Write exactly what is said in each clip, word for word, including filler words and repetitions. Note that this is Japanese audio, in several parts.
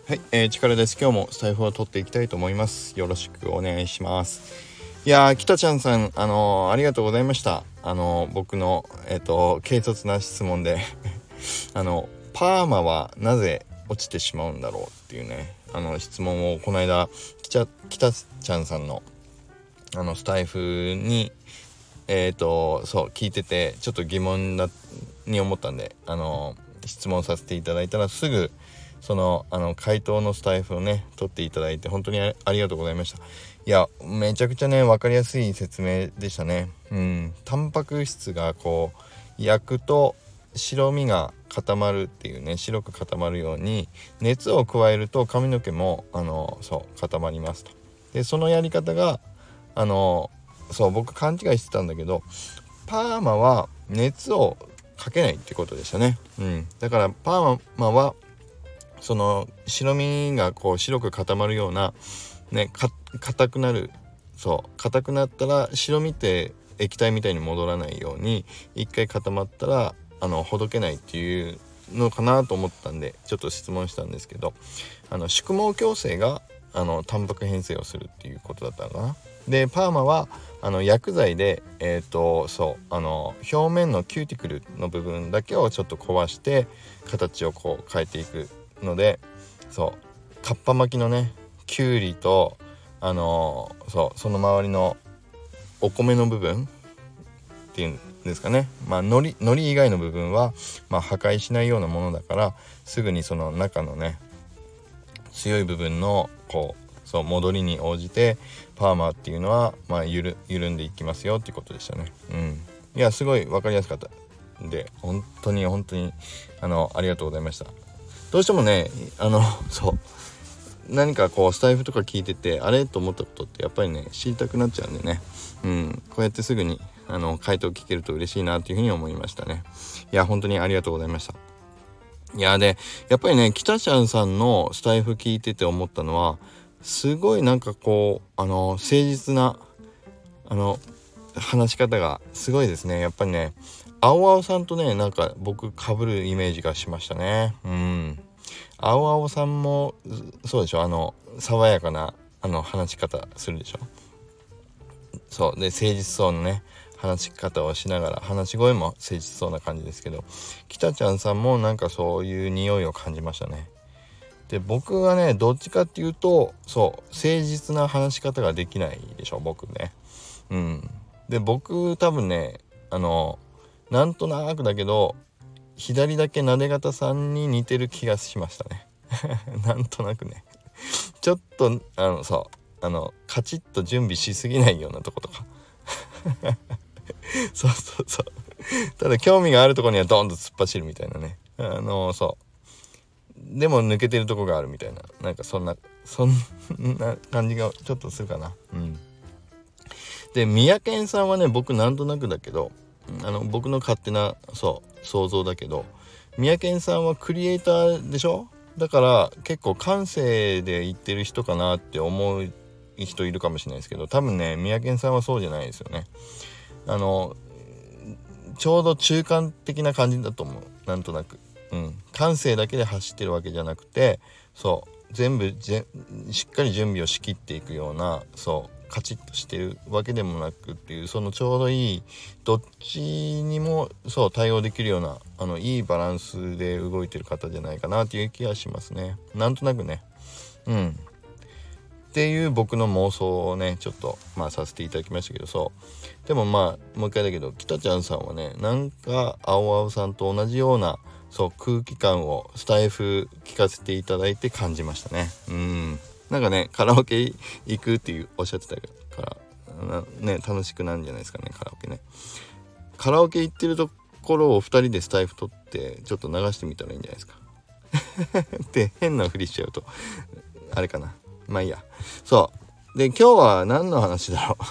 はい、えー、力です。今日もスタイフを取っていきたいと思います。よろしくお願いします。いやー、北ちゃんさん、あのー、ありがとうございました。あのー、僕の、えっと、軽率な質問であの、パーマはなぜ落ちてしまうんだろうっていうね、あの、質問をこの間、北ちゃんさんの、あの、スタイフに、えっと、そう、聞いてて、ちょっと疑問だに思ったんで、あのー、質問させていただいたら、すぐ、そのあの回答のスタイフをね取っていただいて本当に あ, ありがとうございました。いやめちゃくちゃね分かりやすい説明でしたね。うんタンパク質がこう焼くと白身が固まるっていうね、白く固まるように熱を加えると髪の毛もあのそう固まりますと。でそのやり方があのそう僕勘違いしてたんだけど、パーマは熱をかけないってことでしたね。うんだからパーマはその白身がこう白く固まるようなね、か硬くなる、そう硬くなったら白身って液体みたいに戻らないように一回固まったらあのほどけないっていうのかなと思ったんでちょっと質問したんですけど、あの宿毛矯正があのタンパク変性をするっていうことだったのかな。でパーマはあの薬剤でえっ、ー、とそうあの表面のキューティクルの部分だけをちょっと壊して形をこう変えていくので、そうかっぱ巻きのねきゅうりとあのー、そうその周りのお米の部分っていうんですかね、まあ海苔、海苔以外の部分は、まあ、破壊しないようなものだからすぐにその中のね強い部分のこうそう戻りに応じてパーマっていうのは、まあ、ゆる緩んでいきますよっていうことでしたね。うんいやすごい分かりやすかったんで本当に本当にあのありがとうございました。どうしてもねあのそう何かこうスタイフとか聞いててあれと思ったことってやっぱりね知りたくなっちゃうんでね、うんこうやってすぐにあの回答聞けると嬉しいなというふうに思いましたね。いや本当にありがとうございました。いやでやっぱりね北ちゃんさんのスタイフ聞いてて思ったのはすごいなんかこうあの誠実なあの話し方がすごいですね。やっぱりね青青さんとねなんか僕被るイメージがしましたね。うん青青さんもそうでしょ、あの爽やかなあの話し方するでしょ。そうで誠実そうなね話し方をしながら話し声も誠実そうな感じですけど、北ちゃんさんもなんかそういう匂いを感じましたね。で僕はねどっちかっていうとそう誠実な話し方ができないでしょ僕ね。うんで僕多分ねあのなんとなくだけど左だけなで方さんに似てる気がしましたねなんとなくねちょっとあのそうあのカチッと準備しすぎないようなとことかそうそうそうただ興味があるところにはドーンと突っ走るみたいなね、あのそうでも抜けてるとこがあるみたいな、なんかそんなそんな感じがちょっとするかな。うんで三宅さんはね僕なんとなくだけどあの僕の勝手なそう想像だけど三宅さんはクリエイターでしょ。だから結構感性で言ってる人かなって思う人いるかもしれないですけど、多分ね三宅さんはそうじゃないですよね。あのちょうど中間的な感じだと思う。なんとなく、うん、感性だけで走ってるわけじゃなくてそう全部じしっかり準備をしきっていくようなそうカチッとしてるわけでもなくっていうそのちょうどいいどっちにもそう対応できるようなあのいいバランスで動いてる方じゃないかなっていう気がしますね。なんとなくねうんっていう僕の妄想をねちょっとまあさせていただきましたけど、そうでもまあもう一回だけど北ちゃんさんはねなんか青青さんと同じようなそう空気感をスタイフ聞かせていただいて感じましたね。うんなんかねカラオケ行くっていうおっしゃってたからね楽しくなるんじゃないですかね。カラオケねカラオケ行ってるところをふたりでスタイフ撮ってちょっと流してみたらいいんじゃないですかって変なふりしちゃうとあれかな。まあいいや。そうで今日は何の話だろう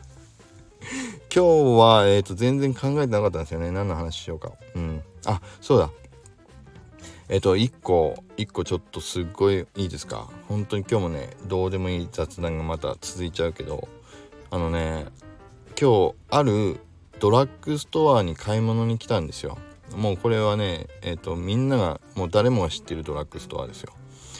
今日はえっ、ー、と全然考えてなかったんですよね。何の話しようか。うんあそうだえっ、ー、と一個一個ちょっとすっごいいいですか。本当に今日もねどうでもいい雑談がまた続いちゃうけど、あのね今日あるドラッグストアに買い物に来たんですよ。もうこれはねえっ、ー、とみんながもう誰もが知ってるドラッグストアですよ。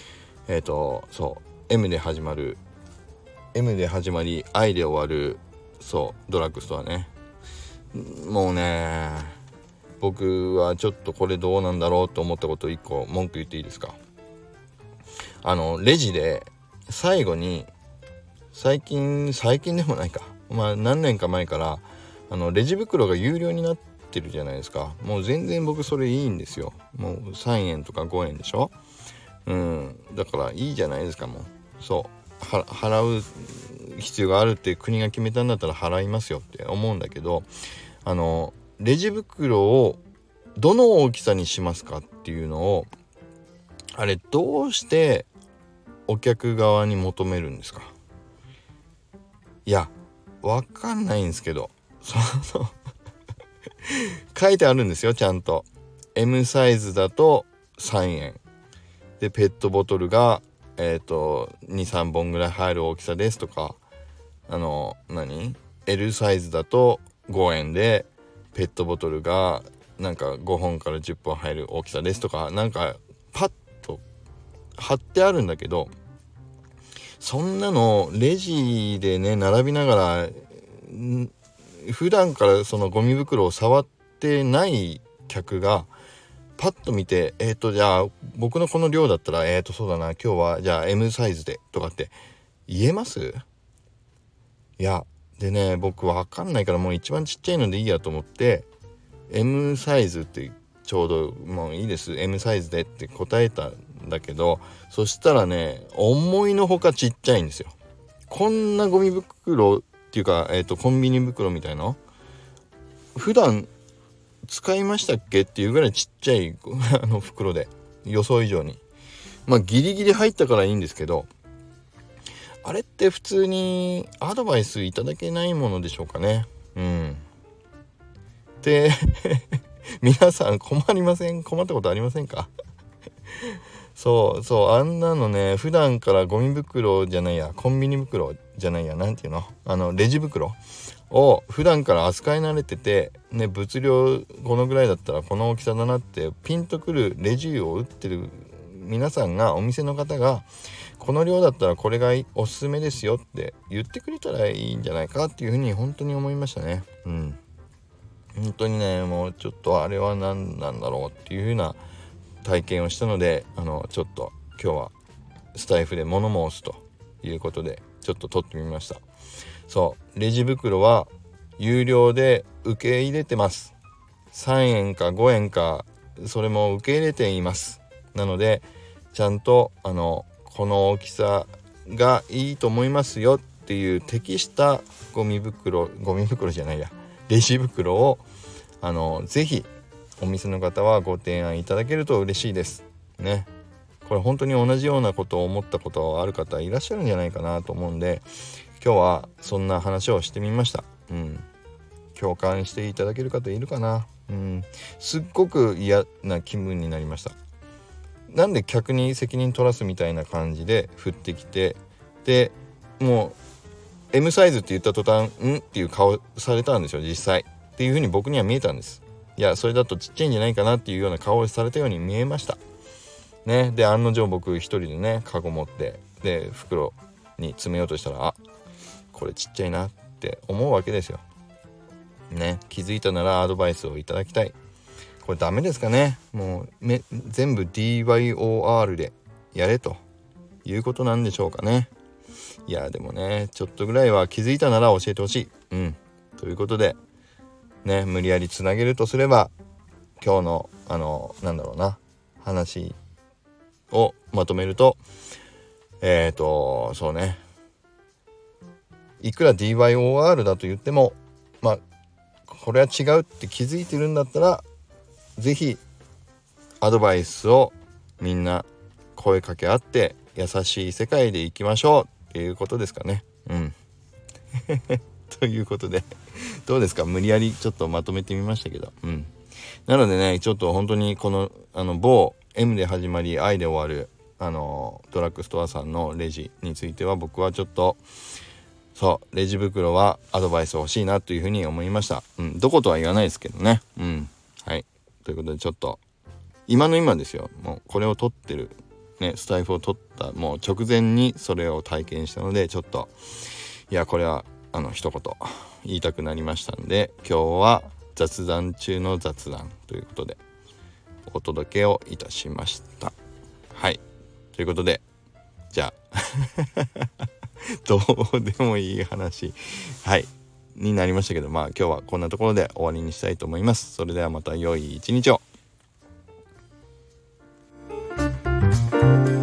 えっとそう M で始まる M で始まり I で終わるそうドラッグストアね。もうね僕はちょっとこれどうなんだろうと思ったこといっこ文句言っていいですか。あのレジで最後に最近最近でもないかまあ何年か前からあのレジ袋が有料になってるじゃないですか。もう全然僕それいいんですよ。もうさんえんとかごえんでしょ。うんだからいいじゃないですか。もうそうは払う必要があるって国が決めたんだったら払いますよって思うんだけど、あのレジ袋をどの大きさにしますかっていうのをあれどうしてお客側に求めるんですか。いやわかんないんですけどそうそう書いてあるんですよちゃんと。 M サイズだとさんえんでペットボトルがえっと にさんぼんぐらい入る大きさですとか、あの何 L サイズだとごえんでペットボトルがなんかごほんからじゅっぽん入る大きさですとかなんかパッと貼ってあるんだけど、そんなのレジでね並びながら普段からそのゴミ袋を触ってない客がパッと見てえっ、ー、とじゃあ僕のこの量だったらえっ、ー、とそうだな今日はじゃあ M サイズでとかって言えます？いやでね僕わかんないからもう一番ちっちゃいのでいいやと思って M サイズってちょうどもういいです M サイズでって答えたんだけど、そしたらね思いのほかちっちゃいんですよ。こんなゴミ袋っていうか、えーと、コンビニ袋みたいな普段使いましたっけっていうぐらいちっちゃいあの袋で予想以上にまあギリギリ入ったからいいんですけど、あれって普通にアドバイスいただけないものでしょうかね。うんで皆さん困りません？困ったことありませんか？そうそうあんなのね普段からゴミ袋じゃないやコンビニ袋じゃないやなんていうのあのレジ袋を普段から扱い慣れててね物量このぐらいだったらこの大きさだなってピンとくるレジを打ってる皆さんがお店の方がこの量だったらこれがおすすめですよって言ってくれたらいいんじゃないかっていうふうに本当に思いましたね。うん本当にねもうちょっとあれは何なんだろうっていう風な体験をしたのであのちょっと今日はスタイフで物申すということでちょっと撮ってみました。そうレジ袋は有料で受け入れてます。さんえんかごえんかそれも受け入れています。なのでちゃんとあのこの大きさがいいと思いますよっていう適したゴミ袋ゴミ袋じゃないやレジ袋をあのぜひお店の方はご提案いただけると嬉しいですね。これ本当に同じようなことを思ったことある方いらっしゃるんじゃないかなと思うんで今日はそんな話をしてみました。うん共感していただける方いるかな。うんすっごく嫌な気分になりました。なんで客に責任取らすみたいな感じで降ってきてでもう M サイズって言った途端んっていう顔されたんですよ実際っていう風に僕には見えたんです。いやそれだとちっちゃいんじゃないかなっていうような顔をされたように見えましたね。で案の定僕一人でねカゴ持ってで袋に詰めようとしたらあこれちっちゃいなって思うわけですよね。気づいたならアドバイスをいただきたい。これダメですかね。もうめ全部 ディーワイオーアール でやれということなんでしょうかね。いやでもねちょっとぐらいは気づいたなら教えてほしい。うんということでね無理やりつなげるとすれば今日のあのなんだろうな話をまとめるとえっとそうねいくら ディーワイオーアール だと言ってもまあこれは違うって気づいてるんだったらぜひアドバイスをみんな声かけ合って優しい世界でいきましょうっていうことですかね。うんということでどうですか無理やりちょっとまとめてみましたけど、うんなのでねちょっと本当にこのあの某 M で始まり I で終わるあのドラッグストアさんのレジについては僕はちょっとそうレジ袋はアドバイス欲しいなというふうに思いました。うんどことは言わないですけどね。うんはいということでちょっと今の今ですよもうこれを撮ってるねスタイフを撮ったもう直前にそれを体験したので、ちょっといやこれはあの一言言いたくなりましたんで、今日は雑談中の雑談ということでお届けをいたしました。はい、ということでじゃあどうでもいい話はいになりましたけど、まあ今日はこんなところで終わりにしたいと思います。それではまた良い一日を。